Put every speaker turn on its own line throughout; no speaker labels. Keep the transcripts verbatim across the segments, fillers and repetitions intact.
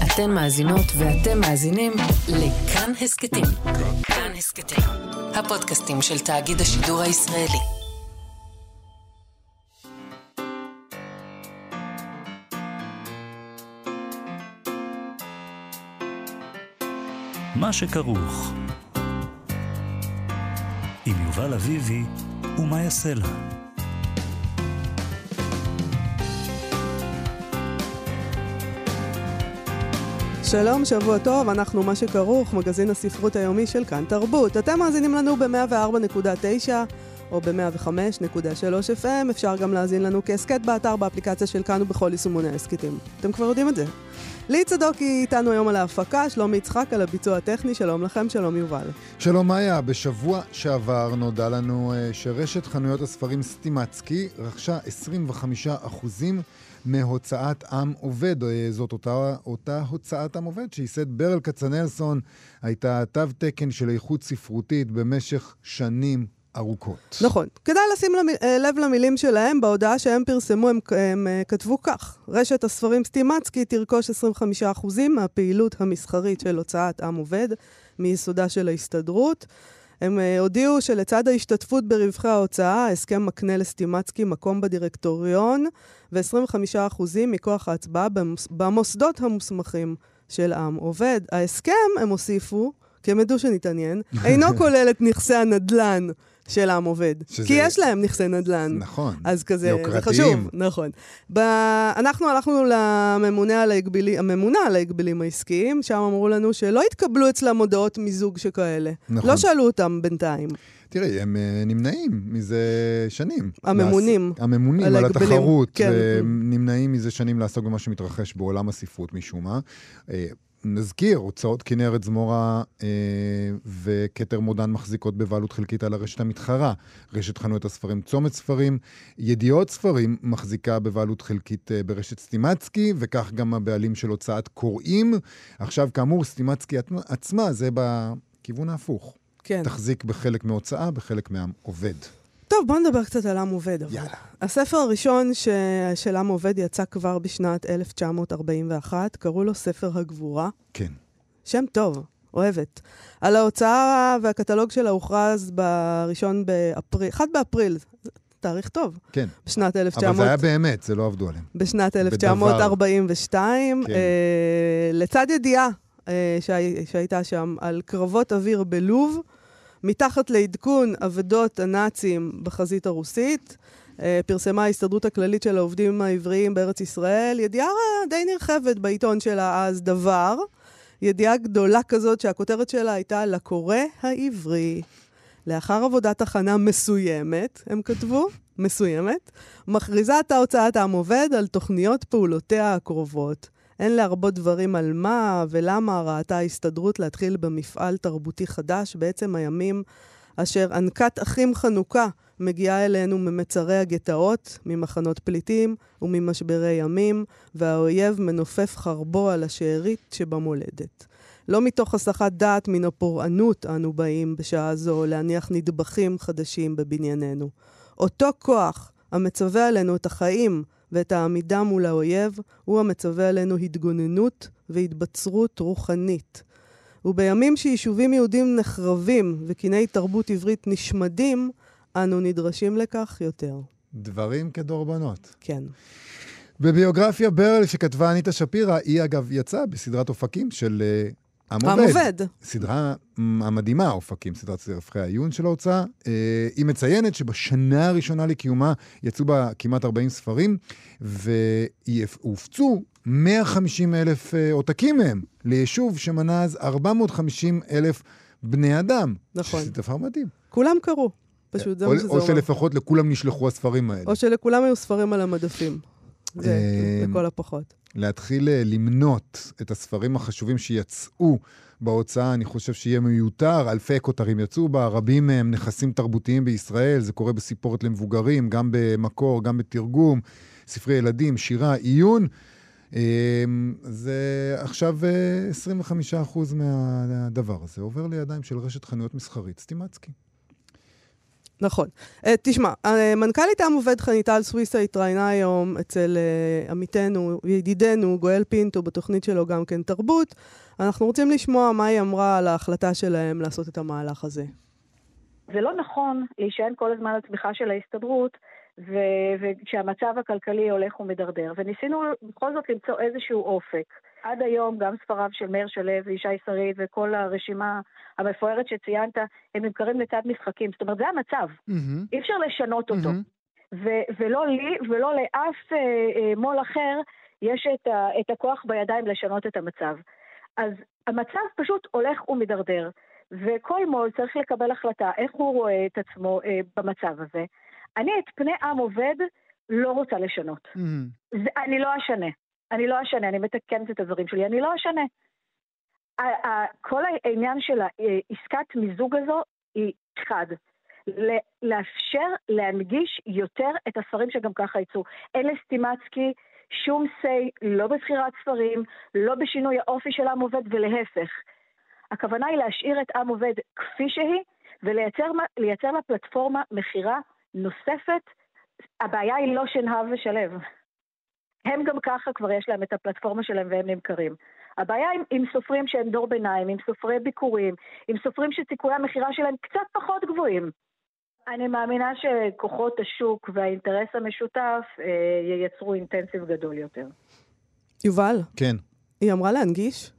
אתן מאזינות ואתם מאזינים לכאן הסקטים. כאן הסקטים, הפודקאסטים של תאגיד השידור הישראלי.
מה שכרוך עם יובל אביבי ומה יעשה לה.
שלום, שבוע טוב, אנחנו מה שכרוך, מגזין הספרות היומי של כאן תרבות. אתם מאזינים לנו ב-מאה וארבע נקודה תשע או ב-מאה וחמש נקודה שלוש אף אם. אפשר גם להאזין לנו כהסקט באתר, באפליקציה של כאן ובכל יישומוני ההסקטים. אתם כבר יודעים את זה. לי צדוקי איתנו היום על ההפקה, שלום יצחק על הביצוע הטכני, שלום לכם, שלום יובל.
שלום מאיה, בשבוע שעבר נודע לנו שרשת חנויות הספרים סטימצקי רכשה עשרים וחמישה אחוזים מהוצאת עם עובד. זאת אותה, אותה הוצאת עם עובד שייסד ברל כצנלסון, הייתה תו תקן של איכות ספרותית במשך שנים ארוכות.
נכון. כדאי לשים לב למילים שלהם, בהודעה שהם פרסמו הם, הם כתבו כך: רשת הספרים סטימצקי תרכוש עשרים וחמישה אחוזים מהפעילות המסחרית של הוצאת עם עובד מיסודה של ההסתדרות. הם הודיעו שלצד ההשתתפות ברווחי ההוצאה, ההסכם מקנה לסטימצקי מקום בדירקטוריון, ו-עשרים וחמישה אחוזים מכוח ההצבעה במוסדות המוסמכים של עם עובד. ההסכם, הם הוסיפו, כי הם ידעו שנתעניין, אינו כולל את נכסי הנדלן של עם עובד. שזה... כי יש להם נכסי נדלן.
נכון.
אז כזה, זה חשוב. נכון. ב... אנחנו הלכנו לממונה על ההגבילים, הממונה על ההגבילים העסקיים, שם אמרו לנו שלא התקבלו אצלם הודעות מיזוג שכאלה. נכון. לא שאלו אותם בינתיים.
תראי, הם נמנעים מזה שנים.
הממונים.
הממונים על, על התחרות, כן. נמנעים מזה שנים לעסוק במה שמתרחש בעולם הספרות משום מה. נזכיר, הוצאות כנרת זמורה אה, וכתר מודן מחזיקות בבעלות חלקית על הרשת המתחרה. רשת חנויות הספרים צומת ספרים, ידיעות ספרים מחזיקה בבעלות חלקית אה, ברשת סטימצקי, וכך גם הבעלים של הוצאת קוראים. עכשיו, כאמור, סטימצקי עצמה, זה בכיוון ההפוך.
כן.
תחזיק בחלק מהוצאה, בחלק מהעובד.
טוב, בוא נדבר קצת על עם עובד.
יאללה.
הספר הראשון ש... של עם עובד יצא כבר בשנת אלף תשע מאות ארבעים ואחת, קראו לו ספר הגבורה.
כן.
שם טוב, אוהבת. על ההוצאה והקטלוג שלה הוכרז בראשון באפריל, אחד באפריל, תאריך טוב.
כן.
בשנת אלף תשע מאות...
אבל זה היה באמת, זה לא עבדו עליהם.
בשנת אלף תשע מאות ארבעים ושתיים,
כן.
אה, לצד ידיעה אה, שהי... שהייתה שם על קרבות אוויר בלוב, מתחת לעדכון עבדות הנאצים בחזית הרוסית, פרסמה ההסתדרות הכללית של העובדים העבריים בארץ ישראל, ידיעה די נרחבת בעיתון שלה אז דבר, ידיעה גדולה כזאת שהכותרת שלה הייתה לקורא העברי. לאחר עבודת הכנה מסוימת, הם כתבו, מסוימת, מכריזה את ההוצאת עם עובד על תוכניות פעולותיה הקרובות. אין להרבות דברים על מה ולמה ראתה ההסתדרות להתחיל במפעל תרבותי חדש בעצם הימים אשר ענקת אחים חנוכה מגיעה אלינו ממצרי הגטאות, ממחנות פליטים וממשברי ימים, והאויב מנופף חרבו על השארית שבמולדת. לא מתוך הסחת דעת מן הפורענות אנו באים בשעה זו להניח נדבכים חדשים בבנייננו. אותו כוח המצווה עלינו את החיים ואת העמידה מול האויב, הוא המצווה עלינו התגוננות והתבצרות רוחנית. ובימים שיישובים יהודים נחרבים וקיני תרבות עברית נשמדים, אנו נדרשים לכך יותר.
דברים כדורבנות.
כן.
בביוגרפיה ברל שכתבה אניטה שפירא, היא אגב יצאה בסדרת אופקים של עם עובד. עם עובד. סדרה המדהימה, אופקים, סדרת רווחי העיון של ההוצאה. היא מציינת שבשנה הראשונה לקיומה יצאו בה כמעט ארבעים ספרים, והופצו מאה וחמישים אלף עותקים מהם ליישוב שמנה אז ארבע מאות וחמישים אלף בני אדם.
נכון.
שזה דבר מדהים.
כולם קראו. פשוט זה מה שזה אומר.
או שלפחות לכולם נשלחו הספרים האלה.
או שלכולם היו ספרים על המדפים. זה לכל הפחות.
להתחיל למנות את הספרים החשובים שיצאו בהוצאה, אני חושב שיהיה מיותר, אלפי כותרים יצאו בה, רבים מהם נכסים תרבותיים בישראל, זה קורה בסיפורת למבוגרים, גם במקור, גם בתרגום, ספרי ילדים, שירה, עיון, זה עכשיו עשרים וחמישה אחוז מהדבר הזה, עובר לידיים של רשת חנויות מסחרית, סטימצקי.
נכון. Uh, תשמע, uh, מנכ"לית עם עובד חניטל סוויסה התראיינה היום אצל uh, עמיתנו, ידידנו, גואל פינטו, בתוכנית שלו גם כן תרבות. אנחנו רוצים לשמוע מה היא אמרה על ההחלטה שלהם לעשות את המהלך הזה.
זה לא נכון להישען כל הזמן על תמיכה של ההסתדרות, וכשהמצב הכלכלי הולך ומדרדר. וניסינו בכל זאת למצוא איזשהו אופק. עד היום גם ספריו של מאיר שלו וישי שריד וכל הרשימה המפוארת שציינת, הם נמכרים לצד משחקים. זאת אומרת, זה המצב. Mm-hmm. אי אפשר לשנות אותו. Mm-hmm. ו- ולא לי ולא לאף אה, אה, מול אחר יש את, ה- את הכוח בידיים לשנות את המצב. אז המצב פשוט הולך ומדרדר. וכל מול צריך לקבל החלטה איך הוא רואה את עצמו אה, במצב הזה. אני את פני עם עובד לא רוצה לשנות. Mm-hmm. זה, אני לא אשנה. אני לא אשנה, אני מתקנת את הדברים שלי, אני לא אשנה. כל העניין של העסקת מיזוג הזו היא אחד. לאפשר להנגיש יותר את הספרים שגם ככה יצאו. אין לסטימצקי שום סי, לא בבחירת ספרים, לא בשינוי האופי של עם עובד, ולהפך. הכוונה היא להשאיר את עם עובד כפי שהיא, ולייצר לייצר לה פלטפורמה מחירה נוספת. הבעיה היא לא שנהב ושלב. הם גם ככה כבר יש להם את הפלטפורמה שלהם והם נמכרים. הבעיה עם, עם סופרים שהם דור ביניים, עם סופרי ביקורים, עם סופרים שסיכויי המחירה שלהם קצת פחות גבוהים. אני מאמינה שכוחות השוק והאינטרס המשותף אה, ייצרו אינטנסיב גדול יותר.
יובל?
כן.
היא אמרה להנגיש?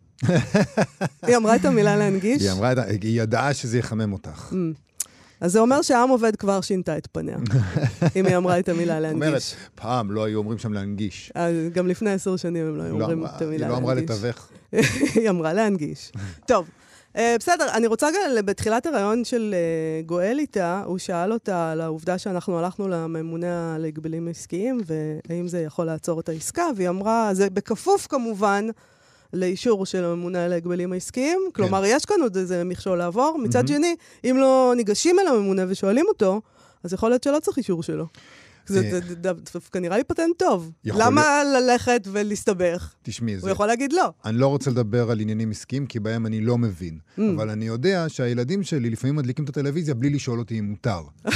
היא אמרה את המילה להנגיש?
היא אמרה, היא ידעה שזה יחמם אותך.
אז זה אומר שהעם עובד כבר שינתה את פניה, אם היא אמרה את המילה להנגיש.
אומרת, פעם לא היו אומרים שם להנגיש.
גם לפני עשר שנים הם לא היו אומרים את המילה להנגיש.
היא לא אמרה לתווך.
היא אמרה להנגיש. טוב, בסדר, אני רוצה גם, בתחילת הרעיון של גואל איתה, הוא שאל אותה על העובדה שאנחנו הלכנו לממונה על הגבלים עסקיים, והאם זה יכול לעצור את העסקה, והיא אמרה, זה בכפוף כמובן, לאישור של הממונה על ההגבלים העסקיים. כלומר, יש כאן עוד איזה מכשול לעבור. מצד שני, אם לא ניגשים אל הממונה ושואלים אותו, אז יכול להיות שלא צריך אישור שלו. זה דווקא נראה לי פטנט טוב. למה ללכת ולהסתבך?
תשמעי,
הוא יכול להגיד לא.
אני לא רוצה לדבר על עניינים עסקיים, כי בהם אני לא מבין. אבל אני יודע שהילדים שלי לפעמים מדליקים את הטלוויזיה בלי לשאול אותי אם מותר.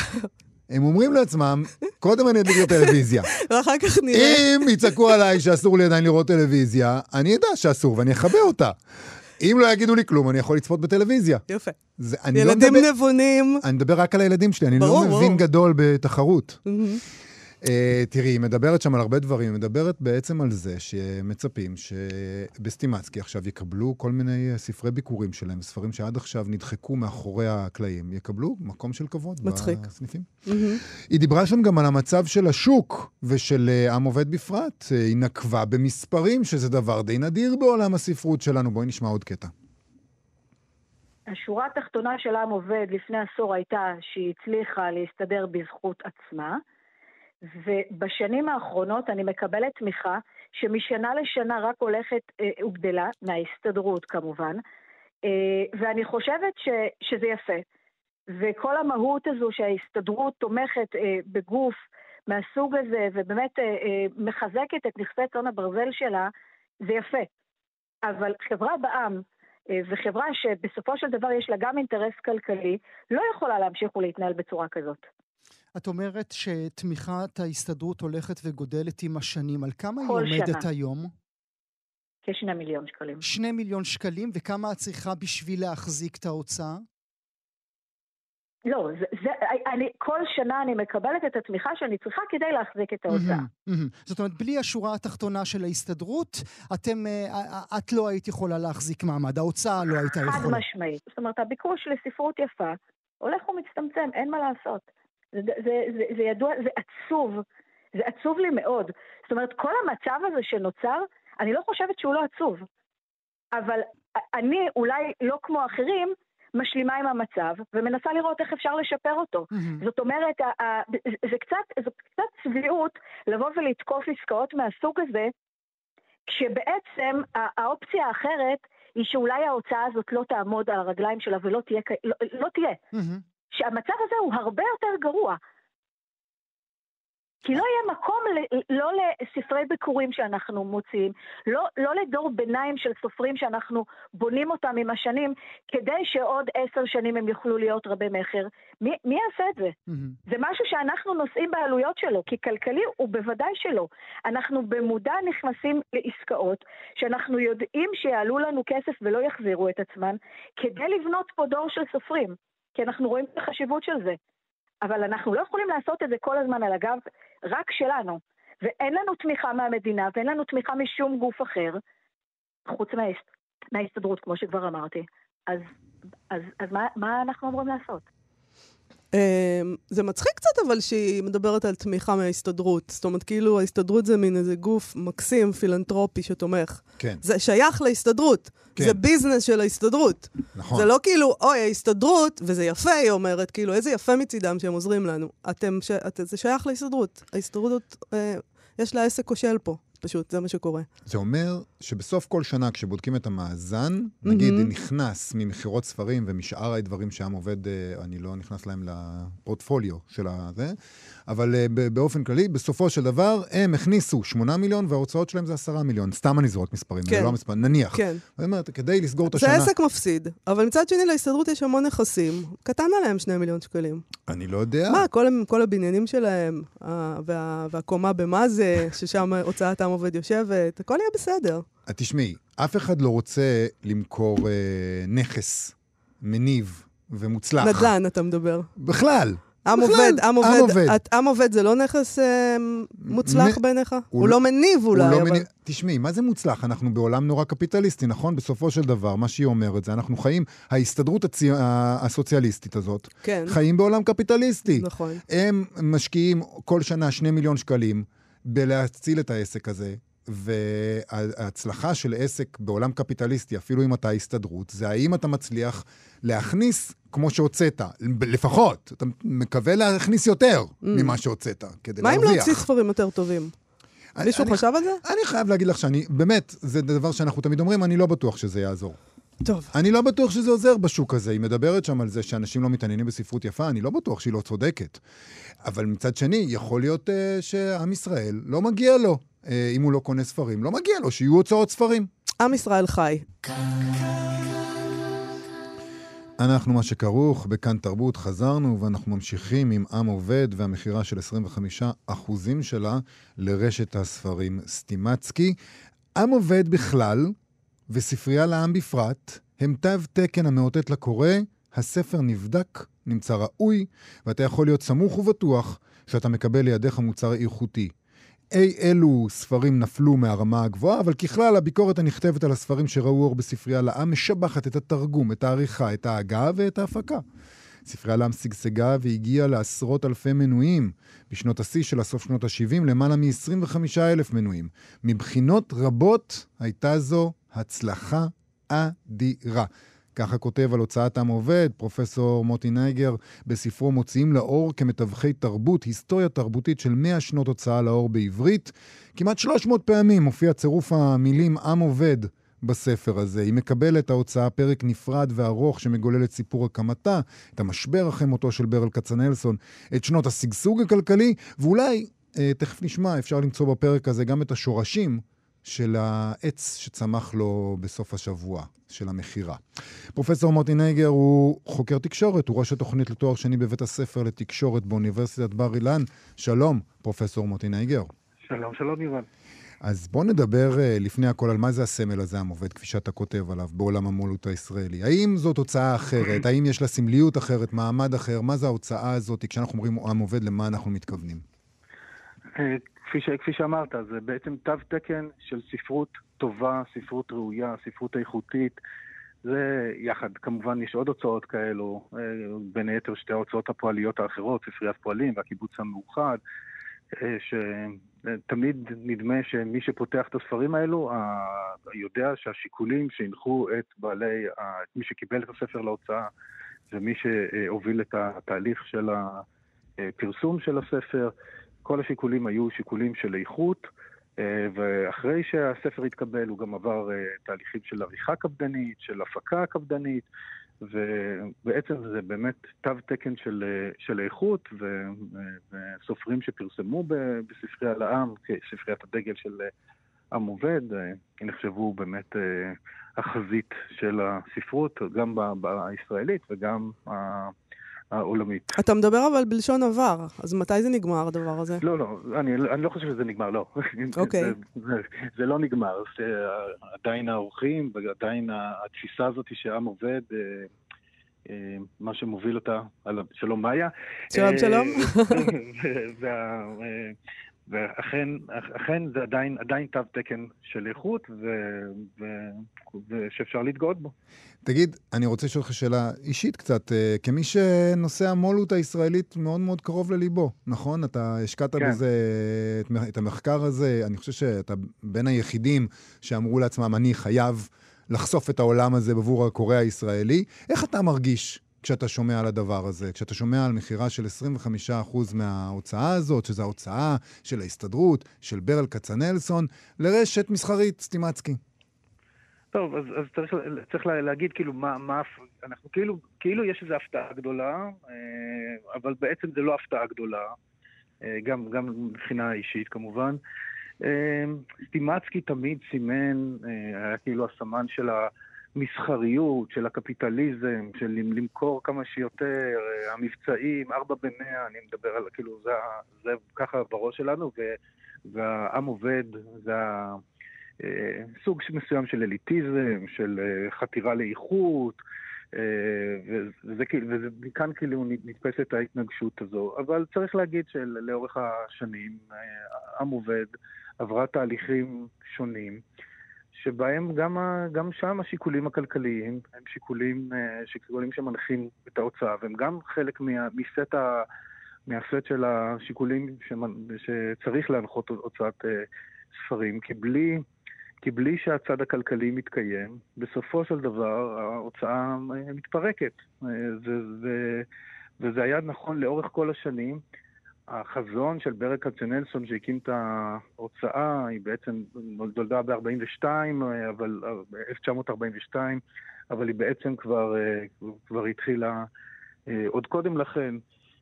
הם אומרים לעצמם, קודם אני אדליק לטלוויזיה.
ואחר כך נראה.
אם יצעקו עליי שאסור לי עדיין לראות טלוויזיה, אני אדע שאסור ואני אחבא אותה. אם לא יגידו לי כלום, אני יכול לצפות בטלוויזיה.
יפה.
זה,
ילדים
לא מדבר,
נבונים.
אני מדבר רק על הילדים שלי, אני
ברור,
לא
ברור.
מבין גדול בתחרות.
Mm-hmm.
Uh, תראי, היא מדברת שם על הרבה דברים, היא מדברת בעצם על זה שמצפים שבסטימצקי עכשיו יקבלו כל מיני ספרי ביקורים שלהם, ספרים שעד עכשיו נדחקו מאחורי הקלעים, יקבלו מקום של כבוד
מצחיק.
בסניפים.
Mm-hmm.
היא דיברה שם גם על המצב של השוק ושל עם עובד בפרט, היא נקבה במספרים, שזה דבר די נדיר בעולם הספרות שלנו. בואי נשמע עוד קטע.
השורה התחתונה של עם עובד לפני עשור הייתה שהיא הצליחה להסתדר בזכות עצמה, ובשנים האחרונות אני מקבלת תמיכה שמשנה לשנה רק הולכת אה, וגדלה, מההסתדרות כמובן, אה, ואני חושבת ש, שזה יפה. וכל המהות הזו שההסתדרות תומכת אה, בגוף מהסוג הזה, ובאמת אה, אה, מחזקת את נכסי צאן הברזל שלה, זה יפה. אבל חברה בעם, אה, וחברה שבסופו של דבר יש לה גם אינטרס כלכלי, לא יכולה להמשיך ולהתנהל בצורה כזאת.
את אומרת שתמיכת ההסתדרות הולכת וגודלת עם השנים. על כמה היא
שנה.
עומדת היום?
כשני מיליון שקלים.
שני מיליון שקלים, וכמה את צריכה בשביל להחזיק את ההוצאה?
לא, זה, זה, אני, כל שנה אני מקבלת את התמיכה שאני צריכה כדי להחזיק את ההוצאה.
Mm-hmm, mm-hmm. זאת אומרת, בלי השורה התחתונה של ההסתדרות, אתם, את לא היית יכולה להחזיק מעמד, ההוצאה לא הייתה יכולה.
חד משמעית. זאת אומרת, הביקוש לספרות יפה הולך ומצטמצם, אין מה לעשות. זה, זה, זה, זה ידוע, זה עצוב, זה עצוב לי מאוד. זאת אומרת, כל המצב הזה שנוצר, אני לא חושבת שהוא לא עצוב. אבל אני, אולי לא כמו אחרים, משלימה עם המצב, ומנסה לראות איך אפשר לשפר אותו. Mm-hmm. זאת אומרת, זה קצת, זה קצת צביעות לבוא ולתקוף עסקאות מהסוג הזה, כשבעצם האופציה האחרת היא שאולי ההוצאה הזאת לא תעמוד על הרגליים שלה ולא תהיה, לא, לא תהיה. Mm-hmm. שהמצב הזה הוא הרבה יותר גרוע. כי לא יהיה מקום ל- לא לספרי ביקורים שאנחנו מוציאים, לא, לא לדור ביניים של סופרים שאנחנו בונים אותם עם השנים, כדי שעוד עשר שנים הם יוכלו להיות רבי מחר. מי, מי יעשה את זה? Mm-hmm. זה משהו שאנחנו נושאים בעלויות שלו, כי כלכלי הוא בוודאי שלא. אנחנו במודע נכנסים לעסקאות, שאנחנו יודעים שיעלו לנו כסף ולא יחזירו את עצמן, כדי לבנות פה דור של סופרים, כי אנחנו רואים את החשיבות של זה. אבל אנחנו לא יכולים לעשות את זה כל הזמן על הגב רק שלנו. ואין לנו תמיכה מהמדינה, ואין לנו תמיכה משום גוף אחר, חוץ מה, מההסתדרות, כמו שכבר אמרתי. אז, אז, אז מה, מה אנחנו אמורים לעשות?
זה מצחיק קצת, אבל שהיא מדברת על תמיכה מההסתדרות. זאת אומרת, כאילו, ההסתדרות זה מין איזה גוף מקסים, פילנטרופי שתומך.
כן.
זה שייך להסתדרות. כן. זה ביזנס של ההסתדרות. נכון. זה לא כאילו, אוי, ההסתדרות, וזה יפה, היא אומרת, כאילו, איזה יפה מצידם שהם עוזרים לנו. אתם, ש... את... זה שייך להסתדרות. ההסתדרות, אה, יש לה עסק כושל פה. פשוט, זה מה שקורה. זה
אומר שבסוף כל שנה, כשבודקים את המאזן, נגיד, mm-hmm. נכנס ממחירות ספרים ומשאר הדברים שהעם עובד, אני לא נכנס להם לפורטפוליו של הזה, אבל באופן כללי, בסופו של דבר, הם הכניסו שמונה מיליון, וההוצאות שלהם זה עשרה מיליון. סתם אני זורק מספרים, כן. לא מספר, נניח. כן. זאת אומרת, כדי לסגור את השנה...
זה עסק מפסיד, אבל מצד שני להסתדרות יש המון נכסים. קטן עליהם שני מיליון שקלים.
אני לא יודע.
מה, כל, כל הבניינים שלהם, וה, והקומה במה זה, ששם הוצאתם עובד יושבת, הכל יהיה בסדר.
תשמעי, אף אחד לא רוצה למכור אה, נכס מניב ומוצלח.
נדל"ן, אתה מדבר.
בכלל.
עם עובד, עם עובד. עם עובד זה לא נכס אה, מוצלח בעיניך? הוא לא מניב אולי.
לא מניב. תשמעי, מה זה מוצלח? אנחנו בעולם נורא קפיטליסטי, נכון? בסופו של דבר, מה שהיא אומרת זה, אנחנו חיים, ההסתדרות הצי... הסוציאליסטית הזאת, כן. חיים בעולם קפיטליסטי.
נכון.
הם משקיעים כל שנה שני מיליון שקלים בלהציל את העסק הזה, וההצלחה של עסק בעולם קפיטליסטי, אפילו אם אתה הסתדרות, זה האם אתה מצליח להכניס כמו שהוצאת, לפחות. אתה מקווה להכניס יותר mm. ממה שהוצאת, כדי
מה
להרוויח.
מה אם להוציא ספרים יותר טובים? מישהו חשב על זה?
אני חייב להגיד לך שאני, באמת, זה דבר שאנחנו תמיד אומרים, אני לא בטוח שזה יעזור.
טוב.
אני לא בטוח שזה עוזר בשוק הזה. היא מדברת שם על זה שאנשים לא מתעניינים בספרות יפה, אני לא בטוח שהיא לא צודקת. אבל מצד שני, יכול להיות uh, שעם ישראל לא מגיע לו. Uh, אם הוא לא קונה ספרים, לא מגיע לו שיהיו הוצאות ספרים.
עם ישראל חי.
אנחנו מה שכרוך, בכאן תרבות חזרנו, ואנחנו ממשיכים עם עם עובד והמחירה של עשרים וחמישה אחוזים שלה לרשת הספרים סטימצקי. עם עובד בכלל, וספרייה לעם בפרט, הם תו תקן המאותת לקורא, הספר נבדק, נמצא ראוי, ואתה יכול להיות סמוך ובטוח שאתה מקבל לידיך מוצר איכותי. אי אלו ספרים נפלו מהרמה הגבוהה, אבל ככלל הביקורת הנכתבת על הספרים שראו אור בספרייה לעם משבחת את התרגום, את העריכה, את ההגה ואת ההפקה. ספרייה לעם סגסגה והגיעה לעשרות אלפי מנויים. בשנות השיא של הסוף שנות ה-שבעים, למעלה מ-עשרים וחמישה אלף מנויים. מבחינות רבות הייתה זו הצלחה אדירה. ככה כותב על הוצאת עם עובד, פרופסור מוטי נייגר, בספרו מוציאים לאור כמתווכי תרבות, היסטוריה תרבותית של מאה שנות הוצאה לאור בעברית. כמעט שלוש מאות פעמים מופיע צירוף המילים עם עובד בספר הזה. היא מקבלת ההוצאה פרק נפרד וארוך שמגולל את סיפור הקמתה, את המשבר אחרי מותו של ברל כצנלסון, את שנות הסגסוג הכלכלי, ואולי, אה, תכף נשמע, אפשר למצוא בפרק הזה גם את השורשים של העץ שצמח לו בסוף השבוע של המחירה. פרופסור מוטי נייגר הוא חוקר תקשורת, הוא ראש התוכנית לתואר שני בבית הספר לתקשורת באוניברסיטת בר אילן. שלום, פרופסור מוטי נייגר.
שלום, שלום יובל.
אז בוא נדבר לפני הכל על מה זה הסמל הזה עם עובד, כפי שאתה כותב עליו, בעולם המו"לות הישראלי. האם זאת הוצאה אחרת? האם יש לה סמליות אחרת, מעמד אחר? מה זה ההוצאה הזאת? כשאנחנו אומרים עם עובד, למה אנחנו מתכוונים?
כפי, ש... כפי שאמרת, זה בעצם תו תקן של ספרות טובה, ספרות ראויה, ספרות איכותית. זה יחד, כמובן יש עוד הוצאות כאלו, בין היתר שתי ההוצאות הפועליות האחרות, ספריית פועלים והקיבוץ המאוחד, שתמיד נדמה שמי שפותח את הספרים האלו, יודע שהשיקולים שהנחו את בעלי, את מי שקיבל את הספר להוצאה, זה מי שהוביל את התהליך של הפרסום של הספר. כל השיקולים היו שיקולים של איכות, ואחרי שהספר התקבל הוא גם עבר תהליכים של עריכה קפדנית, של הפקה קפדנית, ובעצם זה באמת תו תקן של, של איכות, וסופרים שפרסמו בספרי העם, ספריית הדגל של עם עובד, נחשבו באמת החזית של הספרות, גם בישראלית וגם העולמית.
אתה מדבר אבל בלשון עבר, אז מתי זה נגמר הדבר הזה?
לא, לא, אני, אני לא חושב שזה נגמר, לא.
אוקיי.
זה, זה, זה לא נגמר, זה עדיין האורחים ועדיין התפיסה הזאת שעם עובד, מה שמוביל אותה, שלום מאיה.
שלום, שלום.
וה... ואכן, אכן זה עדיין, עדיין תו תקן של איכות, ושאפשר להתגאות בו.
תגיד, אני רוצה לשאול לך שאלה אישית קצת, כמי שנושא המו"לות הישראלית מאוד מאוד קרוב לליבו, נכון? אתה השקעת כן. בזה, את המחקר הזה, אני חושב שאתה בין היחידים שאמרו לעצמם, אני חייב לחשוף את העולם הזה בבור הקורא הישראלי. איך אתה מרגיש כשאתה שומע על הדבר הזה, כשאתה שומע על מחירה של עשרים וחמישה אחוז מההוצאה הזאת, שזו ההוצאה של ההסתדרות, של ברל כצנלסון, לרשת מסחרית סטימצקי?
טוב, אז, אז צריך, צריך להגיד כאילו מה, מה, אנחנו כאילו, כאילו יש איזו הפתעה גדולה, אבל בעצם זה לא הפתעה גדולה, גם, גם מבחינה אישית כמובן. סטימצקי תמיד סימן, היה כאילו הסמן של ה... מסחריות, של הקפיטליזם, של למכור כמה שיותר, המבצעים, ארבע במאה, אני מדבר על, כאילו, זה, זה ככה בראש שלנו, והעם עובד, זה סוג מסוים של אליטיזם, של חתירה לאיכות, וזה, וכאן כאילו נתפסת ההתנגשות הזו, אבל צריך להגיד שלאורך השנים, העם עובד, עברה תהליכים שונים, שבהם גם, גם שם השיקולים הכלכליים הם שיקולים, שיקולים שמנחים את ההוצאה, והם גם חלק מה, מסט, ה, מהסט של השיקולים שצריך להנחות הוצאת ספרים, כי בלי, כי בלי שהצד הכלכלי מתקיים, בסופו של דבר ההוצאה מתפרקת. זה, זה, וזה היה נכון לאורך כל השנים. החזון של ברל כצנלסון שהקים את ההוצאה, היא בעצם נולדה ב-ארבעים ושתיים, אבל ב-אלף תשע מאות ארבעים ושתיים, אבל היא בעצם כבר, כבר התחילה עוד קודם לכן.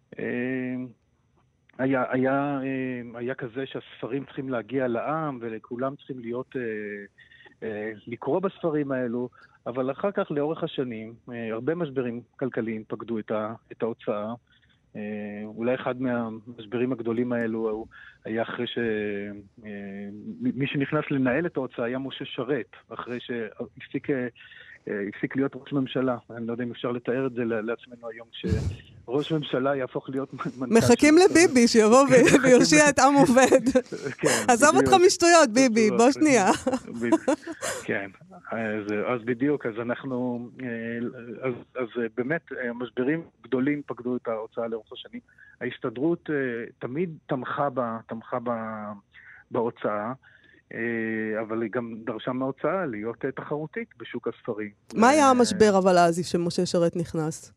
היה, היה, היה כזה שהספרים צריכים להגיע לעם, וכולם צריכים להיות, לקרוא בספרים האלו, אבל אחר כך לאורך השנים, הרבה משברים כלכליים פקדו את ההוצאה, אולי אחד מהמשברים הגדולים האלו היה אחרי שמי שנכנס לנהל את ההוצאה היה משה שרת, אחרי שהפסיק הפסיק להיות ראש ממשלה. אני לא יודע אם אפשר לתאר את זה לעצמנו היום, כשראש ממשלה יהפוך להיות מנכ"ל. מחכים
לביבי שיבוא ויושיע את עם עובד. עזוב אותך משטויות, ביבי, בוא שנייה.
כן, אז בדיוק, אז אנחנו, אז באמת משברים גדולים פקדו את ההוצאה לאורך השנים. ההסתדרות תמיד תמכה בה, תמכה בהוצאה, אבל היא גם דרשה מההוצאה להיות תחרותית בשוק הספרים.
מה היה המשבר אבל אז שמשה שרת נכנס?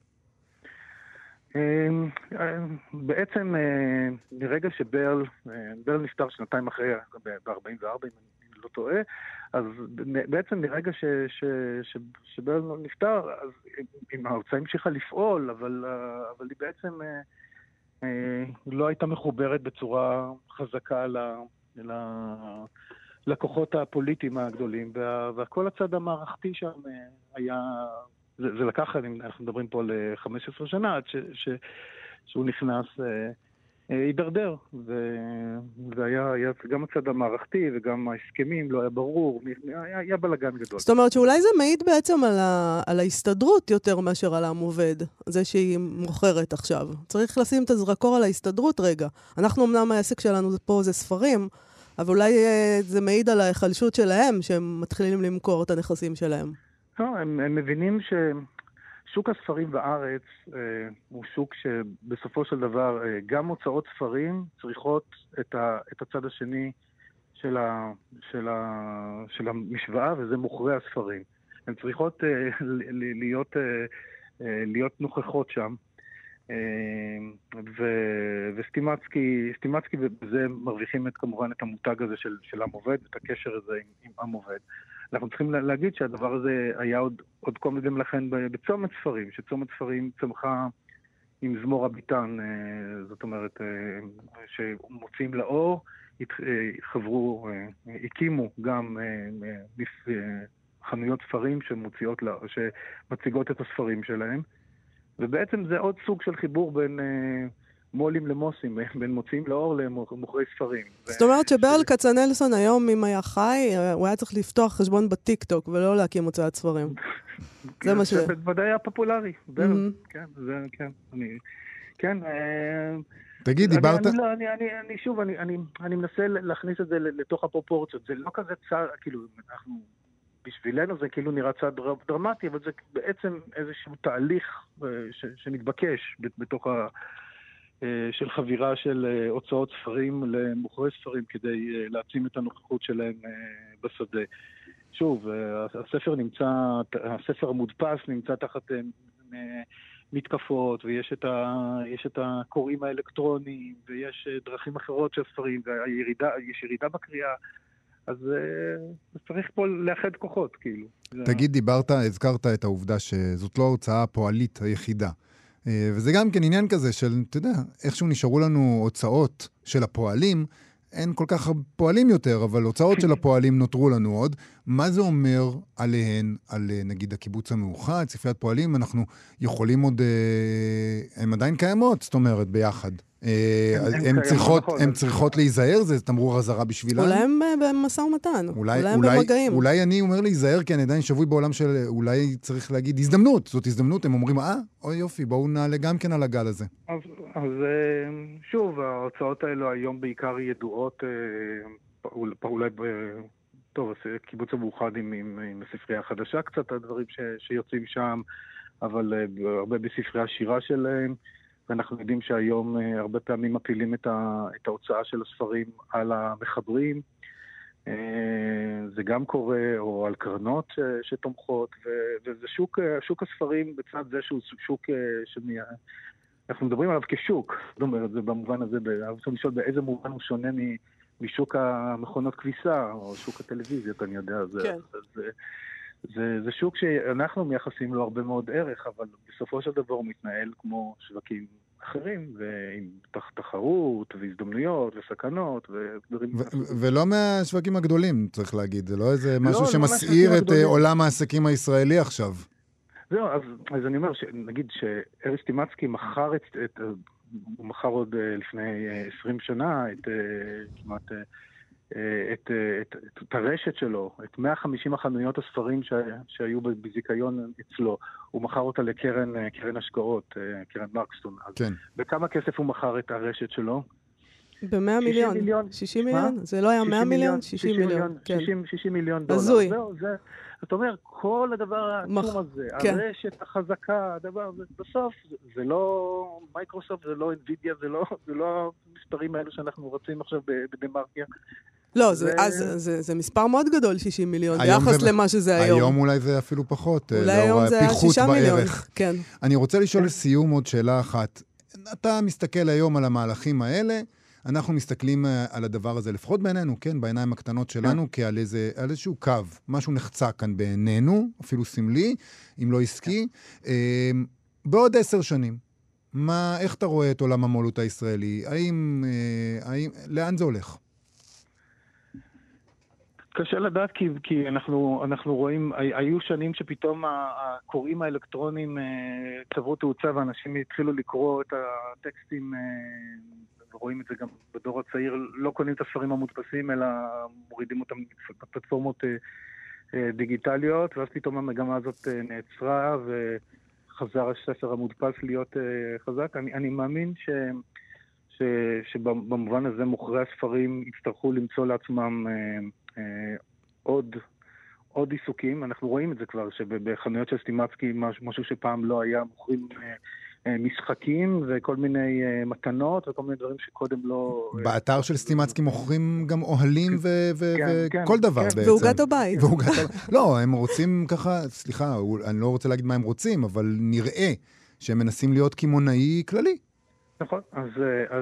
בעצם מרגע שברל, ברל נפטר שנתיים אחרי, ב-ארבעים וארבע, אם אני לא טועה, אז בעצם מרגע ש, ש, ש, שברל נפטר, אז אם ההוצאה המשיכה לפעול, אבל, אבל היא בעצם לא הייתה מחוברת בצורה חזקה ל... לקוחות הפוליטיים הגדולים, וכל הצד המערכתי שם היה, זה, זה לקח, אנחנו מדברים פה ל-חמש עשרה שנה, עד ש, ש, שהוא נכנס, הידרדר, והיה היה, גם הצד המערכתי וגם ההסכמים לא היה ברור, היה, היה בלגן גדול.
זאת אומרת שאולי זה מעיד בעצם על, ה, על ההסתדרות יותר מאשר על העם עובד, זה שהיא מוכרת עכשיו. צריך לשים את הזרקור על ההסתדרות רגע. אנחנו אמנם העסק שלנו פה זה ספרים, אבל אולי זה מעיד על ההיחלשות שלהם, שהם מתחילים למכור את הנכסים שלהם.
לא, הם, הם מבינים ששוק הספרים בארץ אה, הוא שוק שבסופו של דבר אה, גם הוצאות ספרים צריכות את, ה, את הצד השני של, ה, של, ה, של המשוואה, וזה מוכרי הספרים. הן צריכות אה, להיות, אה, להיות נוכחות שם. וסטימצקי, סטימצקי בזה מרוויחים את, כמובן את המותג הזה של, של עם עובד, את הקשר הזה עם, עם עם עובד. אנחנו צריכים להגיד שהדבר הזה היה עוד, עוד קודם לכן בצומת ספרים, שצומת ספרים צמחה עם זמור הביטן, זאת אומרת, שמוצאים לאור, חברו, הקימו גם חנויות ספרים שמוציאות, שמציגות את הספרים שלהם, ובעצם זה עוד סוג של חיבור בין מולים למוסים, בין מוציאים לאור למוכרי ספרים.
זאת אומרת שברל כצנלסון היום, אם היה חי, הוא היה צריך לפתוח חשבון בטיק-טוק ולא להקים הוצאת ספרים. זה מה ש...
זה ודאי היה פופולרי, ברל, כן, זה, כן, אני... כן,
תגיד, דיברת...
אני, אני, אני, אני, שוב, אני, אני, אני מנסה להכניס את זה לתוך הפרופורציות. זה לא כזה צער, כאילו, אנחנו, בשבילנו זה כאילו נראה צעד דרמטי, אבל זה בעצם איזשהו תהליך ש, שמתבקש בתוך ה... של חבירה של הוצאות ספרים למוכרי ספרים כדי להעצים את הנוכחות שלהם בשדה. שוב, הספר נמצא, הספר המודפס נמצא תחת מתקפות, ויש את ה, יש את הקוראים האלקטרוניים, ויש דרכים אחרות של ספרים, והירידה, יש ירידה בקריאה, אז צריך פה לאחד כוחות, כאילו.
תגיד, דיברת, הזכרת את העובדה שזאת לא ההוצאה הפועלית היחידה. וזה גם כן עניין כזה של, אתה יודע, איכשהו נשארו לנו הוצאות של הפועלים, אין כל כך פועלים יותר, אבל הוצאות של הפועלים נותרו לנו עוד. מה זה אומר עליהן, על נגיד הקיבוץ המאוחד, ספריית פועלים, אנחנו יכולים עוד, הן עדיין קיימות, זאת אומרת, ביחד. הן צריכות, הן צריכות להיזהר, זה תמרור הזרה בשבילם.
אולי הם במשא ומתן, אולי הם במגעים.
אולי אני אומר להיזהר, כי אני עדיין שבוי בעולם של, אולי צריך להגיד הזדמנות, זאת הזדמנות, הם אומרים, אה, אוי יופי, בואו נעלה גם כן על הגל הזה.
אז, אז שוב, ההוצאות האלו היום בעיקר ידועות, אולי, טוב, קיבוץ המאוחד עם, עם, עם הספרייה החדשה קצת, הדברים ש, שיוצאים שם, אבל הרבה בספרייה השירה שלהם, ואנחנו יודעים שהיום הרבה פעמים מפילים את, ה, את ההוצאה של הספרים על המחברים. זה גם קורה, או על קרנות ש, שתומכות, ו, וזה שוק, שוק הספרים בצד זה שהוא שוק שמיה... אנחנו מדברים עליו כשוק, זאת אומרת, זה במובן הזה, אנחנו צריכים לשאול באיזה מובן הוא שונה משוק המכונות כביסה, או שוק הטלוויזיות, אני יודע, זה,
כן.
זה, זה, זה שוק שאנחנו מייחסים לו הרבה מאוד ערך, אבל בסופו של דבר הוא מתנהל כמו שווקים אחרים, ועם תחרות, והזדמנויות, וסכנות, ודברים...
ולא מהשווקים הגדולים, צריך להגיד, זה לא איזה משהו שמסעיר את עולם העסקים הישראלי עכשיו.
זהו, אז, אז אני אומר, נגיד שארז סטימצקי מכר את, את, הוא מכר עוד לפני עשרים שנה את כמעט את, את, את, את הרשת שלו, את מאה וחמישים החנויות הספרים ש, שהיו בזיכיון אצלו, הוא מכר אותה לקרן קרן השקעות, קרן מרקסטון.
כן.
בכמה כסף הוא מכר את הרשת שלו?
ב-מאה מיליון. שישים מיליון? זה לא היה מאה מיליון? שישים מיליון.
שישים מיליון דולר.
הזוי.
זאת אומרת, כל הדבר העצום הזה, הרשת החזקה, הדבר הזה, בסוף, זה לא מייקרוסופט, זה לא אינווידיה, זה לא המספרים האלו שאנחנו רוצים עכשיו בדמרקיה.
לא, זה מספר מאוד גדול, שישים מיליון, ביחס למה שזה היום.
היום אולי זה אפילו פחות.
אולי היום זה שישה מיליון, כן.
אני רוצה לשאול לסיום עוד שאלה אחת. אתה מסתכל היום על המהלכים האלה, אנחנו מסתכלים על הדבר הזה, לפחות בעינינו, כן, בעיניים הקטנות שלנו, כעל איזה, על איזשהו קו, משהו נחצה כאן בעינינו, אפילו סמלי, אם לא עסקי. בעוד עשר שנים, מה, איך אתה רואה את עולם המו"לות הישראלי? האם, האם, לאן זה הולך?
קשה לדעת, כי, כי אנחנו, אנחנו רואים, היו שנים שפתאום הקוראים האלקטרונים צברו תאוצה, ואנשים התחילו לקרוא את הטקסטים, רואים את זה גם בדור הצעיר, לא קונים את הספרים המודפסים, אלא מורידים אותם בפלטפורמות דיגיטליות, ואז פתאום המגמה הזאת נעצרה, וחזר הספר המודפס להיות חזק. אני, אני מאמין ש, ש, שבמובן הזה מוכרי הספרים יצטרכו למצוא לעצמם עוד, עוד עיסוקים. אנחנו רואים את זה כבר, שבחנויות של סטימצקי, משהו שפעם לא היה, מוכרים משחקים וכל מיני מתנות וכל מיני דברים שקודם לא...
באתר של סטימצקי מוכרים גם אוהלים וכל דבר בעצם.
והוגת הבית.
לא, הם רוצים ככה, סליחה, אני לא רוצה להגיד מה הם רוצים, אבל נראה שהם מנסים להיות כימונאי כללי.
נכון, אז, אז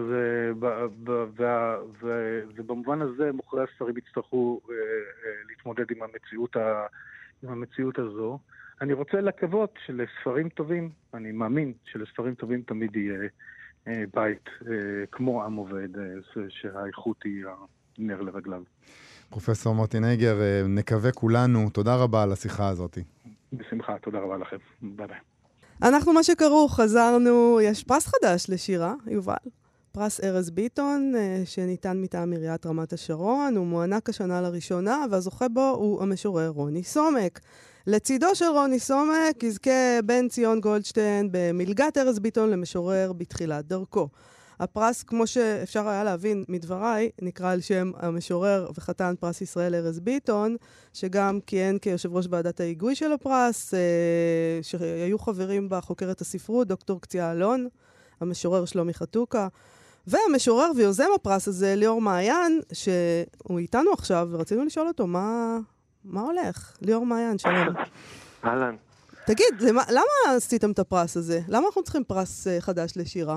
ובמובן הזה מוכרי הספרים יצטרכו להתמודד עם המציאות, עם המציאות הזו. אני רוצה לקוות שלספרים טובים, אני מאמין שלספרים טובים תמיד יהיה בית כמו עם עובד, שהאיכות היא נר לרגליו.
פרופסור מוטי נייגר, נקווה כולנו, תודה רבה על השיחה הזאת.
בשמחה, תודה רבה לכם. ביי ביי.
אנחנו מה שקראו, חזרנו, יש פרס חדש לשירה, יובל. פרס ארז ביטון, שניתן מטעם עיריית רמת השרון, הוא מוענק השנה לראשונה, והזוכה בו הוא המשורר רוני סומק. לצידו של רוני סומק יזכה בן ציון גולדשטיין במלגת ארז ביטון למשורר בתחילת דרכו. הפרס, כמו שאפשר היה להבין מדבריי, נקרא על שם המשורר וחתן פרס ישראל ארז ביטון, שגם כיהן כיושב ראש ועדת ההיגוי של הפרס, שהיו חברים בה חוקרת הספרות, דוקטור קציה אלון, המשורר שלומי חתוקה, והמשורר ויוזם הפרס הזה, ליאור מעיין, שהוא איתנו עכשיו, ורצינו לשאול אותו, מה, מה הולך? ליאור מעיין, שלום.
אהלן.
תגיד, למה, למה עשיתם את הפרס הזה? למה אנחנו צריכים פרס חדש לשירה?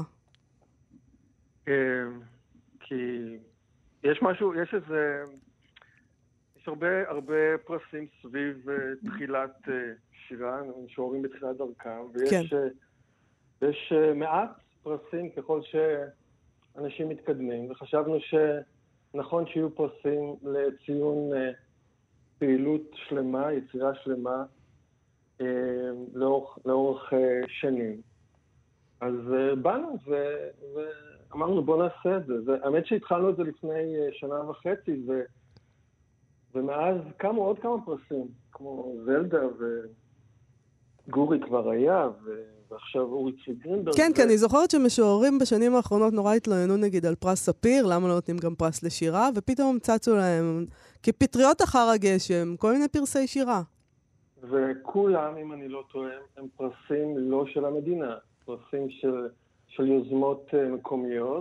כי יש משהו, יש איזה, יש הרבה, הרבה פרסים סביב תחילת שירה, משוררים בתחילת דרכם, ויש יש מעט פרסים ככל שאנשים מתקדמים, וחשבנו שנכון שיהיו פרסים לציון פעילות שלמה, יצירה שלמה, לאורך, לאורך שנים. אז באנו ו... ו... אמרנו, בוא נעשה את זה. זה. האמת שהתחלנו את זה לפני שנה וחצי, ו... ומאז קמו עוד כמה פרסים, כמו זלדה וגורי כבר היה, ו... ועכשיו אורי צבי גרינברג.
כן,
ו...
כן, אני זוכרת שמשוררים בשנים האחרונות נורא התלוננו נגיד על פרס ספיר, למה לא נותנים גם פרס לשירה, ופתאום צצו להם כפטריות אחר הגשם, כל מיני פרסי שירה.
וכולם, אם אני לא טועה, הם פרסים לא של המדינה, פרסים של... של יוזמות מקומיות,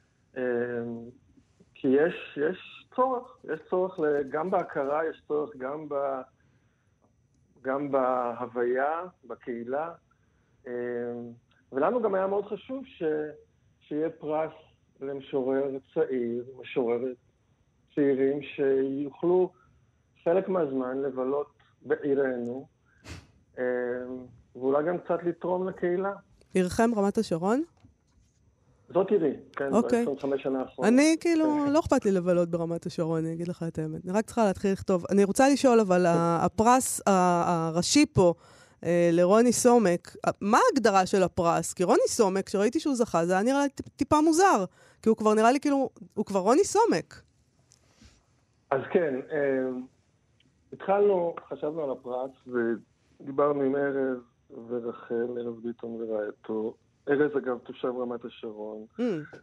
כי יש, יש צורך, יש צורך גם בהכרה, יש צורך גם, ב, גם בהוויה, בקהילה, ולנו גם היה מאוד חשוב ש, שיהיה פרס למשורר צעיר, משוררת צעירים, שיוכלו חלק מהזמן לבלות בעירנו, ואולי גם קצת לתרום לקהילה.
עירכם רמת השרון?
זאת עירי, כן, ב-עשרים וחמש שנה האחרונות.
אני כאילו, לא אכפת לי לבלות ברמת השרון, אני אגיד לך את האמת. אני רק צריכה להתחיל לכתוב. אני רוצה לשאול, אבל הפרס הראשי פה לרוני סומק, מה ההגדרה של הפרס? כי רוני סומק, שראיתי שהוא זכה, זה היה נראה לי טיפה מוזר, כי הוא כבר נראה לי כאילו, הוא כבר רוני סומק.
אז כן, התחלנו, חשבנו על הפרס, ודיברנו עם ארז, ורחל, ארז ביטון ורעייתו. ארז, אגב, תושב רמת השרון. Mm.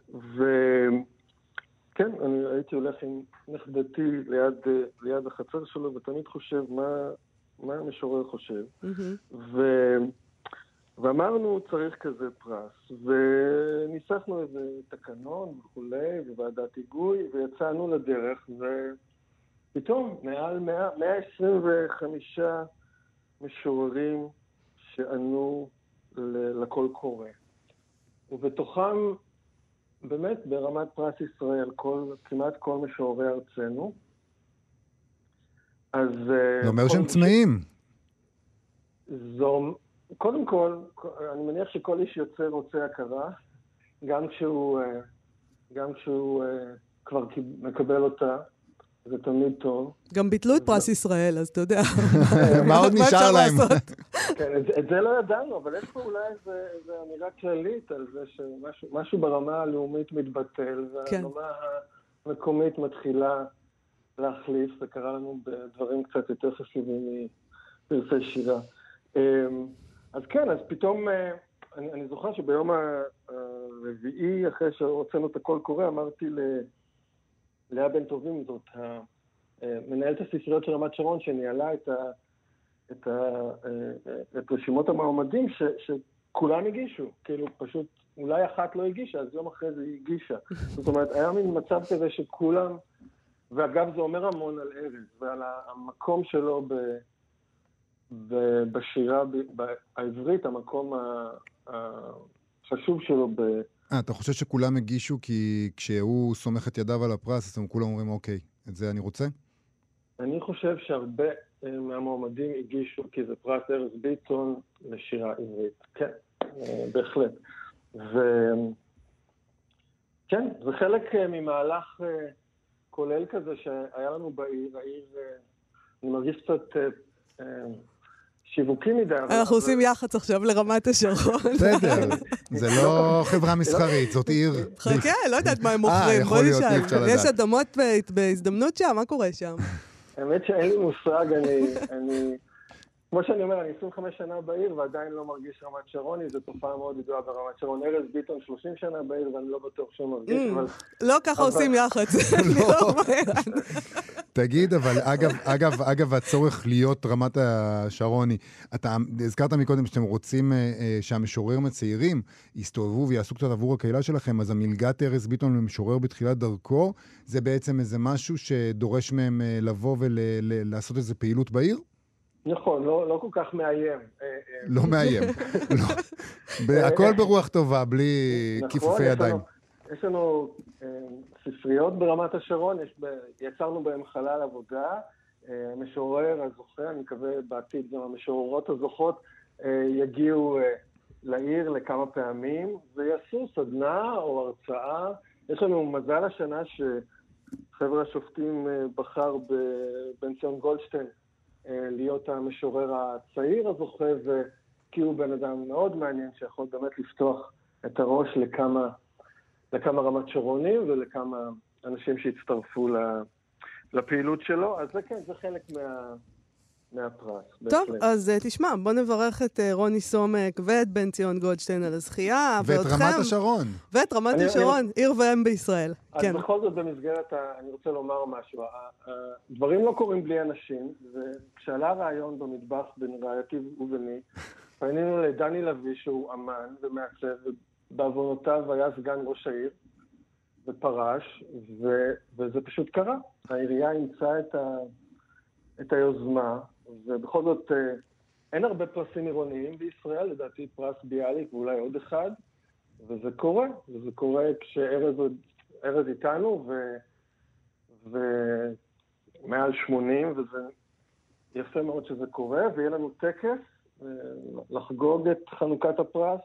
וכן, אני הייתי הולך עם נכדתי ליד, ליד החצר שלו, ותמיד חושב מה, מה המשורר חושב. Mm-hmm. ו... ואמרנו, צריך כזה פרס. וניסחנו איזה תקנון וכולי, וועדת היגוי, ויצאנו לדרך, ופתאום מעל מאה עשרים וחמישה משוררים שענו לקול קורא. ובתוכם, באמת, ברמת פרס ישראל, כל, כמעט כל משוררי ארצנו. אז...
זה אומר שהם צמאים.
זו... קודם כל, אני מניח שכל איש יוצא רוצה הכרה, גם כשהוא, גם כשהוא כבר מקבל אותה. זה תמיד טוב.
גם ביטלו את פרס ישראל, אז אתה יודע.
מה עוד נשאר להם?
כן, את זה לא ידענו, אבל יש פה אולי איזו אמירה כללית על זה שמשהו ברמה הלאומית מתבטל, והרמה המקומית מתחילה להחליף, זה קרה לנו בדברים קצת יותר חשובים מפרסי שירה. אז כן, אז פתאום, אני זוכר שביום הרביעי, אחרי שהוצאנו את הקול קורא, אמרתי ל... לאה בן טובים, זאת מנהלת הספריות של רמת שרון, שניהלה את, ה, את, ה, את רשימות המועמדים, ש, שכולם הגישו. כאילו, פשוט, אולי אחת לא הגישה, אז יום אחרי זה היא הגישה. זאת אומרת, היה מין מצב כזה שכולם, ואגב, זה אומר המון על ארז, ועל המקום שלו ב, ב, בשירה ב, בעברית, המקום החשוב שלו ב...
אה, אתה חושב שכולם הגישו כי כשהוא סומך את ידיו על הפרס, אז הם כולם אומרים, אוקיי, את זה אני רוצה?
אני חושב שהרבה מהמועמדים הגישו כי זה פרס ארז ביטון לשירה עברית. כן, בהחלט. וכן, זה חלק ממהלך כולל כזה שהיה לנו בעיר, העיר, אני מרגיש קצת שיווקי מדי.
אנחנו עושים יח"צ עכשיו לרמת השרון.
בסדר, זה לא חברה מסחרית, זאת עיר.
חכה, לא יודעת מה הם מוכרים, בוא נשאל. יש אדמות בהזדמנות שם, מה קורה שם?
האמת שאין לי מושג, אני... כמו שאני אומר, אני עשרים וחמש שנה בעיר ועדיין לא מרגיש רמת שרוני, זו תופעה מאוד ידועה ברמת שרון. ארז ביטון שלושים שנה בעיר ואני לא בטוח שהוא מרגיש, אבל...
לא ככה עושים יח"צ.
תגיד, אבל אגב, אגב, אגב, הצורך להיות רמת השרוני, אתה הזכרת מקודם שאתם רוצים שהמשוררים הצעירים יסתובבו ויעשו קצת עבור הקהילה שלכם, אז המלגת ארז ביטון למשורר בתחילת דרכו, זה בעצם איזה משהו שדורש מהם לבוא ולעשות איזה פעילות בעיר?
נכון, לא, לא כל כך מאיים.
לא מאיים. הכל ברוח טובה, בלי כיפופי ידיים.
יש לנו ספריות ברמת השרון, יצרנו בהם חלל עבודה, המשורר הזוכה, אני מקווה בעתיד גם המשוררות הזוכות, יגיעו לעיר לכמה פעמים, ויעשו סדנה או הרצאה. יש לנו מזל השנה שחבר השופטים בחר בבן ציון גולדשטיין, להיות המשורר הצעיר הזוכה, וכי הוא בן אדם מאוד מעניין שיכול באמת לפתוח את הראש לכמה, לכמה רמת שרונים ולכמה אנשים שהצטרפו לפעילות שלו. אז זה כן, זה חלק מה, מהפרס.
טוב,
בהחלט.
אז תשמע, בוא נברך את רוני סומק ואת בן ציון גולדשטיין על הזכייה,
ואת
ואותכם.
רמת השרון.
ואת רמת
אני,
השרון,
אני...
עיר ואם בישראל.
אז
כן.
בכל זאת במסגרת, ה... אני רוצה לומר משהו. הדברים לא קורים בלי אנשים, וכשעלה רעיון במטבח בין רעייתי וביני, פנינו לדני לוי שהוא אמן ומעצב, ובעוונותיו היה סגן ראש העיר, ופרש, ו... וזה פשוט קרה. העירייה אימצה את, ה... את היוזמה, ובכל זאת אין הרבה פרסים עירוניים בישראל, לדעתי פרס ביאליק ואולי עוד אחד, וזה קורה, וזה קורה כשארז איתנו, ו... ומעל שמונים, וזה יפה מאוד שזה קורה, ויהיה לנו טקס לחגוג את חנוכת הפרס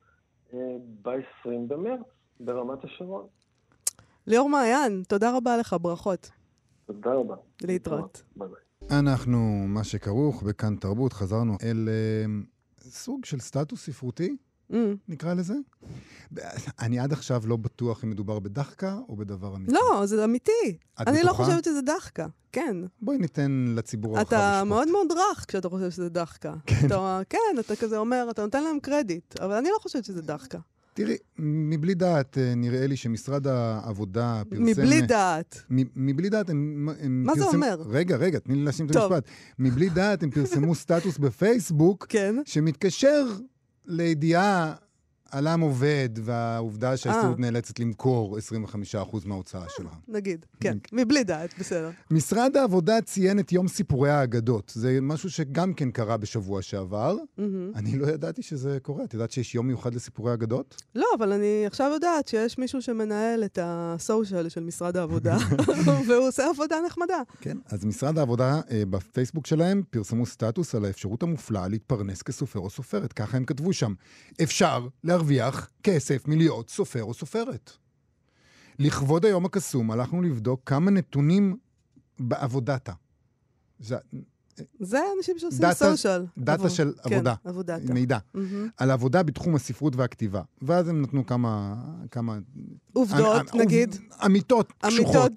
ב-עשרים במרץ, ברמת השרון.
ליאור מעיין, תודה רבה לך, ברכות.
תודה רבה.
להתראות.
ביי ביי.
אנחנו, מה שכרוך בכאן תרבות, חזרנו אל uh, סוג של סטטוס ספרותי, mm. נקרא לזה. אני עד עכשיו לא בטוח אם מדובר בדחקה או בדבר אמיתי.
לא, זה אמיתי. אני
בטוחה?
לא חושבת שזה דחקה, כן.
בואי ניתן לציבור הרחב
אתה
לשפוט.
מאוד מאוד רך כשאתה חושב שזה דחקה.
כן.
אתה, כן, אתה כזה אומר, אתה נותן להם קרדיט, אבל אני לא חושבת שזה דחקה.
תראי, מבלי דעת, נראה לי שמשרד העבודה פרסם...
מבלי דעת.
מ- מבלי דעת הם, הם
מה
פרסם...
זה אומר?
רגע, רגע, תני לי להשלים את
טוב.
המשפט. מבלי דעת הם פרסמו סטטוס בפייסבוק,
כן.
שמתקשר לידיעה על עם עובד, והעובדה שההסתדרות נאלצת למכור עשרים וחמישה אחוז מההוצאה שלה.
נגיד, כן. מבלי דעת, בסדר.
משרד העבודה ציין את יום סיפורי האגדות. זה משהו שגם כן קרה בשבוע שעבר. אני לא ידעתי שזה קורה. את יודעת שיש יום מיוחד לסיפורי האגדות?
לא, אבל אני עכשיו יודעת שיש מישהו שמנהל את הסושיאל של משרד העבודה, והוא עושה עבודה נחמדה.
כן, אז משרד העבודה בפייסבוק שלהם פרסמו סטטוס על האפשרות המופלאה להתפרנס כסופר או סופרת. ככה הם כתבו שם. אפשר להרוויח כסף מלהיות סופר או סופרת. לכבוד היום הקסום הלכנו לבדוק כמה נתונים בעבודתה. זה,
זה אנשים שעושים סושיאל.
דאטה של עבודה.
כן, עבודתה.
מידע. Mm-hmm. על העבודה בתחום הספרות והכתיבה. ואז הם נתנו כמה... כמה
עובדות, אני, נגיד.
אמיתות קשוחות.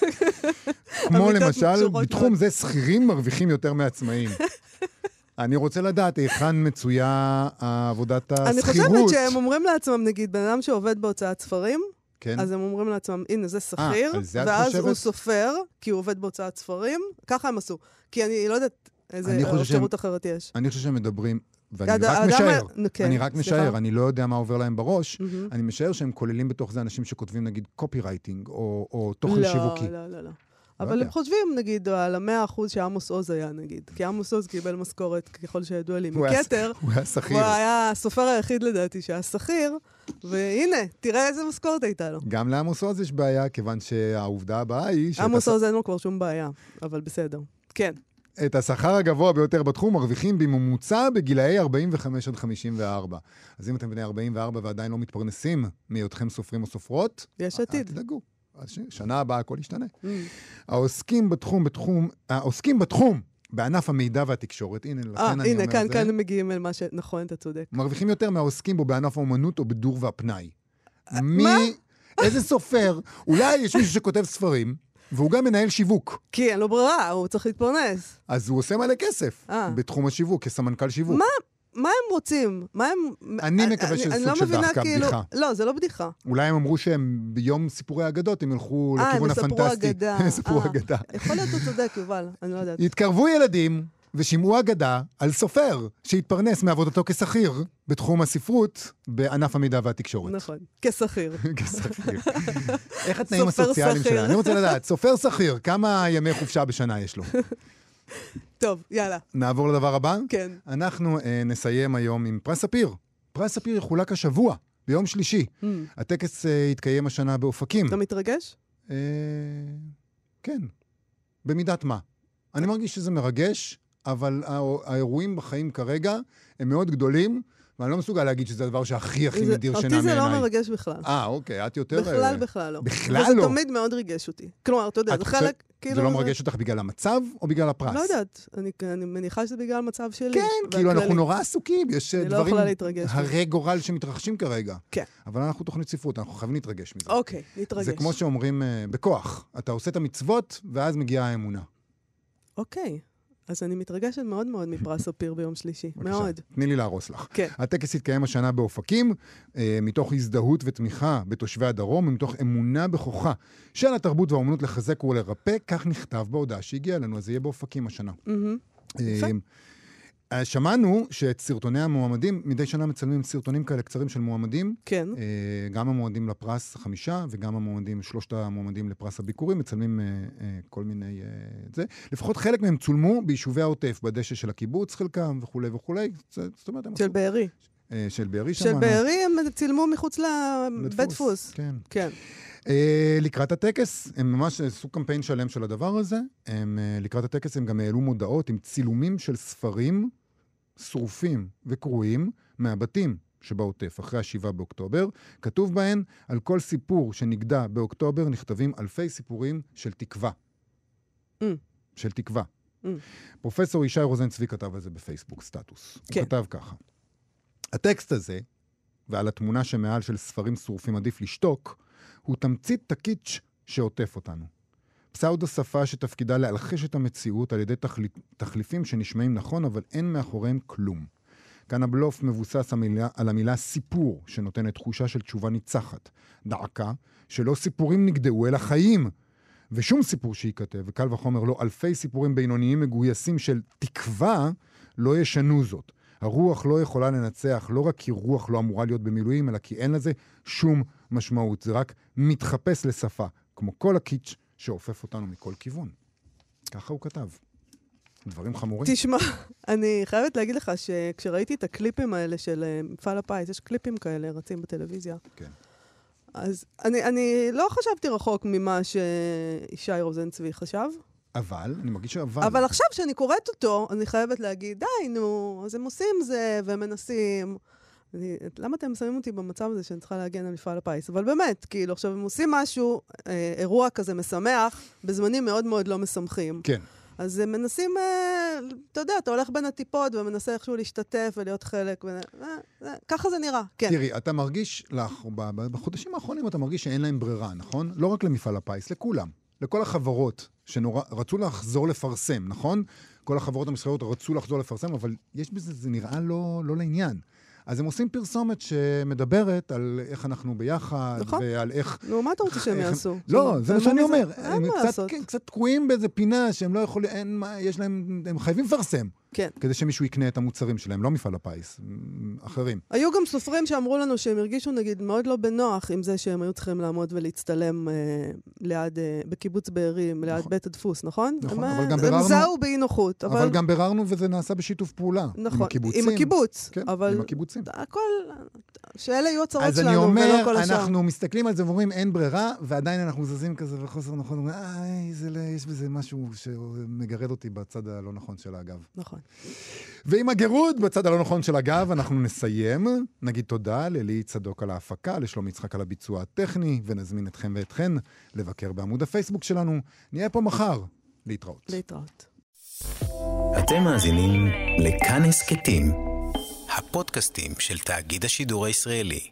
כמו למשל, בתחום זה שכירים מרוויחים יותר מעצמאים. אני רוצה לדעת היכן מצויה עבודת השכירות.
אני חושבת שהם אומרים לעצמם, נגיד, בן אדם שעובד בהוצאת ספרים, כן. אז הם אומרים לעצמם, הנה, זה שכיר, ואז הוא סופר, כי הוא עובד בהוצאת ספרים. ככה הם עשו. כי אני לא יודעת איזה אפשרות אחרת יש.
אני חושב שהם מדברים, ואני רק משער, אני רק משער, אני לא יודע מה עובר להם בראש, אני משער שהם כוללים בתוך זה אנשים שכותבים, נגיד, קופי רייטינג, או תוכן שיווקי.
לא, לא, לא. אבל הם חושבים, נגיד, על המאה אחוז שעמוס עוז היה, נגיד. כי עמוס עוז קיבל משכורת, ככל שידוע לי, מכתר.
הוא היה שכיר.
הוא היה הסופר היחיד, לדעתי, שהיה שכיר, והנה, תראה איזה משכורת הייתה לו.
גם לעמוס עוז יש בעיה, כיוון שהעובדה הבאה היא...
עמוס עוז אין לו כבר שום בעיה, אבל בסדר. כן.
את השכר הגבוה ביותר בתחום מרוויחים בממוצע בגילאי ארבעים וחמש עד חמישים וארבע. אז אם אתם בני ארבעים וארבע ועדיין לא מתפרנסים מהיותכם סופרים או סופרות,
יש עתיד.
תדאגו. שנה הבאה הכל ישתנה. Mm. העוסקים בתחום, בתחום, העוסקים בתחום, בענף המידע והתקשורת, הנה, לכן
아,
אני
הנה,
אומר
כאן,
זה.
כאן מגיעים אל מה ש... נכון, אתה צודק.
מרוויחים יותר מהעוסקים בו בענף האומנות או בדור והפנאי. מי...
מה?
איזה סופר? אולי יש מישהו שכותב ספרים, והוא גם מנהל שיווק.
כי אין לו ברירה, הוא צריך להתפרנס.
אז הוא עושה מלא כסף
아.
בתחום השיווק, כסמנכ"ל שיווק.
מה? מה הם רוצים? מה הם...
אני מקווה שזה סוג של דחקה, בדיחה.
לא, זה לא בדיחה.
אולי הם אמרו שהם ביום סיפורי אגדות, הם ילכו לכיוון הפנטסטי.
אה, הם יספרו אגדה.
יספרו אגדה.
יכול להיות הוא צודק, יובל, אני לא יודעת.
התקרבו ילדים ושמעו אגדה על סופר שהתפרנס מעבודתו כשכיר בתחום הספרות בענף המידע והתקשורת.
נכון, כשכיר.
כשכיר. איך התנאים הסוציאליים שלה? אני רוצה לדעת, סופר שכיר, כמה ימי חופשה בשנה יש לו?
טוב, יאללה.
נעבור לדבר הבא?
כן.
אנחנו אה, נסיים היום עם פרס ספיר. פרס ספיר יחולק השבוע, ביום שלישי. Mm. הטקס אה, יתקיים השנה באופקים.
אתה מתרגש?
אה, כן. במידת מה. אני מרגיש שזה מרגש, אבל האירועים בחיים כרגע הם מאוד גדולים, ואני לא מסוגל להגיד שזה הדבר שהכי הכי מדיר שינה מעיניי.
אותי זה לא מרגש בכלל.
אה, אוקיי, את יותר...
בכלל, בכלל לא.
בכלל לא?
וזה תמיד מאוד ריגש אותי. כלומר, אתה יודע, זה חלק...
זה לא מרגש אותך בגלל המצב או בגלל הפרס?
לא יודעת, אני מניחה שזה בגלל המצב שלי.
כן, כאילו אנחנו נורא עסוקים, יש דברים הרי גורל שמתרחשים כרגע.
כן.
אבל אנחנו תוכנית ספרות, אנחנו חייבים להתרגש מזה.
אוקיי, להתרגש.
זה כמו שאומרים בכוח, אתה עושה את המצוות ואז מגיעה האמונה.
אוקיי. אז אני מתרגשת מאוד מאוד מפרס ספיר ביום שלישי. מאוד.
תני לי להרוס לך.
כן.
הטקס יתקיים השנה באופקים, אה, מתוך הזדהות ותמיכה בתושבי הדרום, ומתוך אמונה בכוחה של התרבות והאומנות לחזק ולרפא, כך נכתב בהודעה שהגיעה לנו, אז זה יהיה באופקים השנה.
Mm-hmm. יפה.
אה, שמענו שאת סרטוני המועמדים, מדי שנה מצלמים סרטונים כאלה קצרים של מועמדים.
כן.
אה, גם המועמדים לפרס חמישה, וגם המועמדים, שלושת המועמדים לפרס הביקורים, מצלמים אה, אה, כל מיני... אה, זה. לפחות חלק מהם צולמו ביישובי העוטף, בדשא של הקיבוץ, חלקם וכו' וכו'. זאת אומרת, הם
של
עשו...
בארי.
אה, של בארי
של
שמענו.
של בארי הם צילמו מחוץ לבית דפוס.
כן.
כן.
אה, לקראת הטקס, הם ממש עשו קמפיין שלם של הדבר הזה. הם, אה, לקראת הטקס הם גם העלו מודעות עם צילומים של ספרים שרופים וקרועים מהבתים שבעוטף אחרי השבעה באוקטובר. כתוב בהן, על כל סיפור שנגדע באוקטובר נכתבים אלפי סיפורים של תקווה.
Mm.
של תקווה.
Mm.
פרופסור ישי רוזן צבי כתב על זה בפייסבוק, סטטוס.
כן.
הוא כתב ככה. הטקסט הזה, ועל התמונה שמעל של ספרים שרופים עדיף לשתוק, הוא תמצית הקיטש שעוטף אותנו. פסאודו שפה שתפקידה להלחש את המציאות על ידי תחל... תחליפים שנשמעים נכון, אבל אין מאחוריהם כלום. כאן הבלוף מבוסס המילה, על המילה סיפור, שנותנת תחושה של תשובה ניצחת. דעקה, שלא סיפורים נגדעו, אלא חיים. ושום סיפור שייכתב, וקל וחומר לא אלפי סיפורים בינוניים מגויסים של תקווה, לא ישנו זאת. הרוח לא יכולה לנצח, לא רק כי רוח לא אמורה להיות במילואים, אלא כי אין לזה שום משמעות. זה רק מתחפש לשפה, כמו כל הקיטש שאופף אותנו מכל כיוון. ככה הוא כתב. דברים חמורים.
תשמע, אני חייבת להגיד לך שכשראיתי את הקליפים האלה של מפעל הפיס, יש קליפים כאלה רצים בטלוויזיה.
כן.
אז אני, אני לא חשבתי רחוק ממה שישי רוזן צבי חשב.
אבל, אני מרגיש שאבל.
אבל עכשיו שאני קוראת אותו, אני חייבת להגיד, די, נו, אז הם עושים זה, והם מנסים. אני, למה אתם שמים אותי במצב הזה שאני צריכה להגן על מפעל הפיס? אבל באמת, כאילו, עכשיו הם עושים משהו, אה, אירוע כזה משמח, בזמנים מאוד מאוד לא משמחים.
כן.
אז הם מנסים, אה, אתה יודע, אתה הולך בין הטיפות ומנסה איכשהו להשתתף ולהיות חלק. ו... אה, אה, ככה זה נראה, כן.
תראי, אתה מרגיש, לך, בחודשים האחרונים אתה מרגיש שאין להם ברירה, נכון? לא רק למפעל הפיס, לכולם. לכל החברות שרצו לחזור לפרסם, נכון? כל החברות המסחריות רצו לחזור לפרסם, אבל יש בזה, זה נראה לא, לא לעניין. אז הם עושים פרסומת שמדברת על איך אנחנו ביחד,
נכון.
ועל איך...
נו, מה אתה רוצה שהם יעשו?
לא, זה מה שאני אומר.
אין מה לעשות.
הם קצת תקועים באיזה פינה שהם לא יכולים, יש להם, הם חייבים לפרסם.
כן.
כדי שמישהו יקנה את המוצרים שלהם, לא מפעל הפיס, אחרים.
היו גם סופרים שאמרו לנו שהם הרגישו, נגיד, מאוד לא בנוח עם זה שהם היו צריכים לעמוד ולהצטלם אה, ליד, אה, בקיבוץ בערים, ליד נכון. בית הדפוס, נכון?
נכון,
הם,
אבל גם
הם
בררנו...
זהו באי נוחות.
אבל... אבל גם בררנו וזה נעשה בשיתוף פעולה.
נכון.
עם הקיבוצים.
עם הקיבוץ.
כן,
אבל...
עם הקיבוצים.
הכל... שאלה יהיו הצרות
אז
שלנו,
אני אומר,
ולא כל השאר.
אנחנו מסתכלים על זה ואומרים, אין ברירה, ועדיין אנחנו זזים כזה וחוסר נכון, אומרים, איי, זה, יש בזה משהו שמגרד אותי בצד הלא נכון של הגב.
נכון.
ועם הגירוד בצד הלא נכון של הגב, אנחנו נסיים. נגיד תודה ללי צדוק על ההפקה, לשלום יצחק על הביצוע הטכני, ונזמין אתכם ואתכן לבקר בעמוד הפייסבוק שלנו. נהיה פה מחר. להתראות.
להתראות.
אתם מאזינים לכאן הסכתים, הפודקאסטים של תאגיד השידור הישראלי.